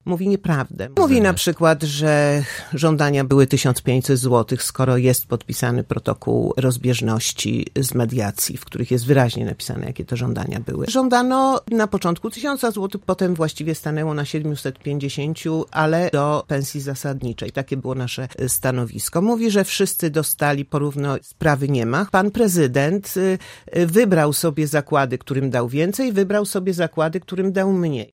mówi nieprawdę. Mówi na przykład, że żądania były 1500 zł, skoro jest podpisany protokół rozbieżności z mediacji, w których jest wyraźnie napisane, jakie to żądania były. Żądano na początku 1000 zł, potem właściwie stanęło na 750, ale do pensji zasadniczej. Takie było nasze stanowisko. Mówi, że wszyscy dostali porówno, sprawy nie ma. Pan prezydent wybrał sobie zakłady, którym dał więcej, wybrał sobie zakłady, którym dał mniej.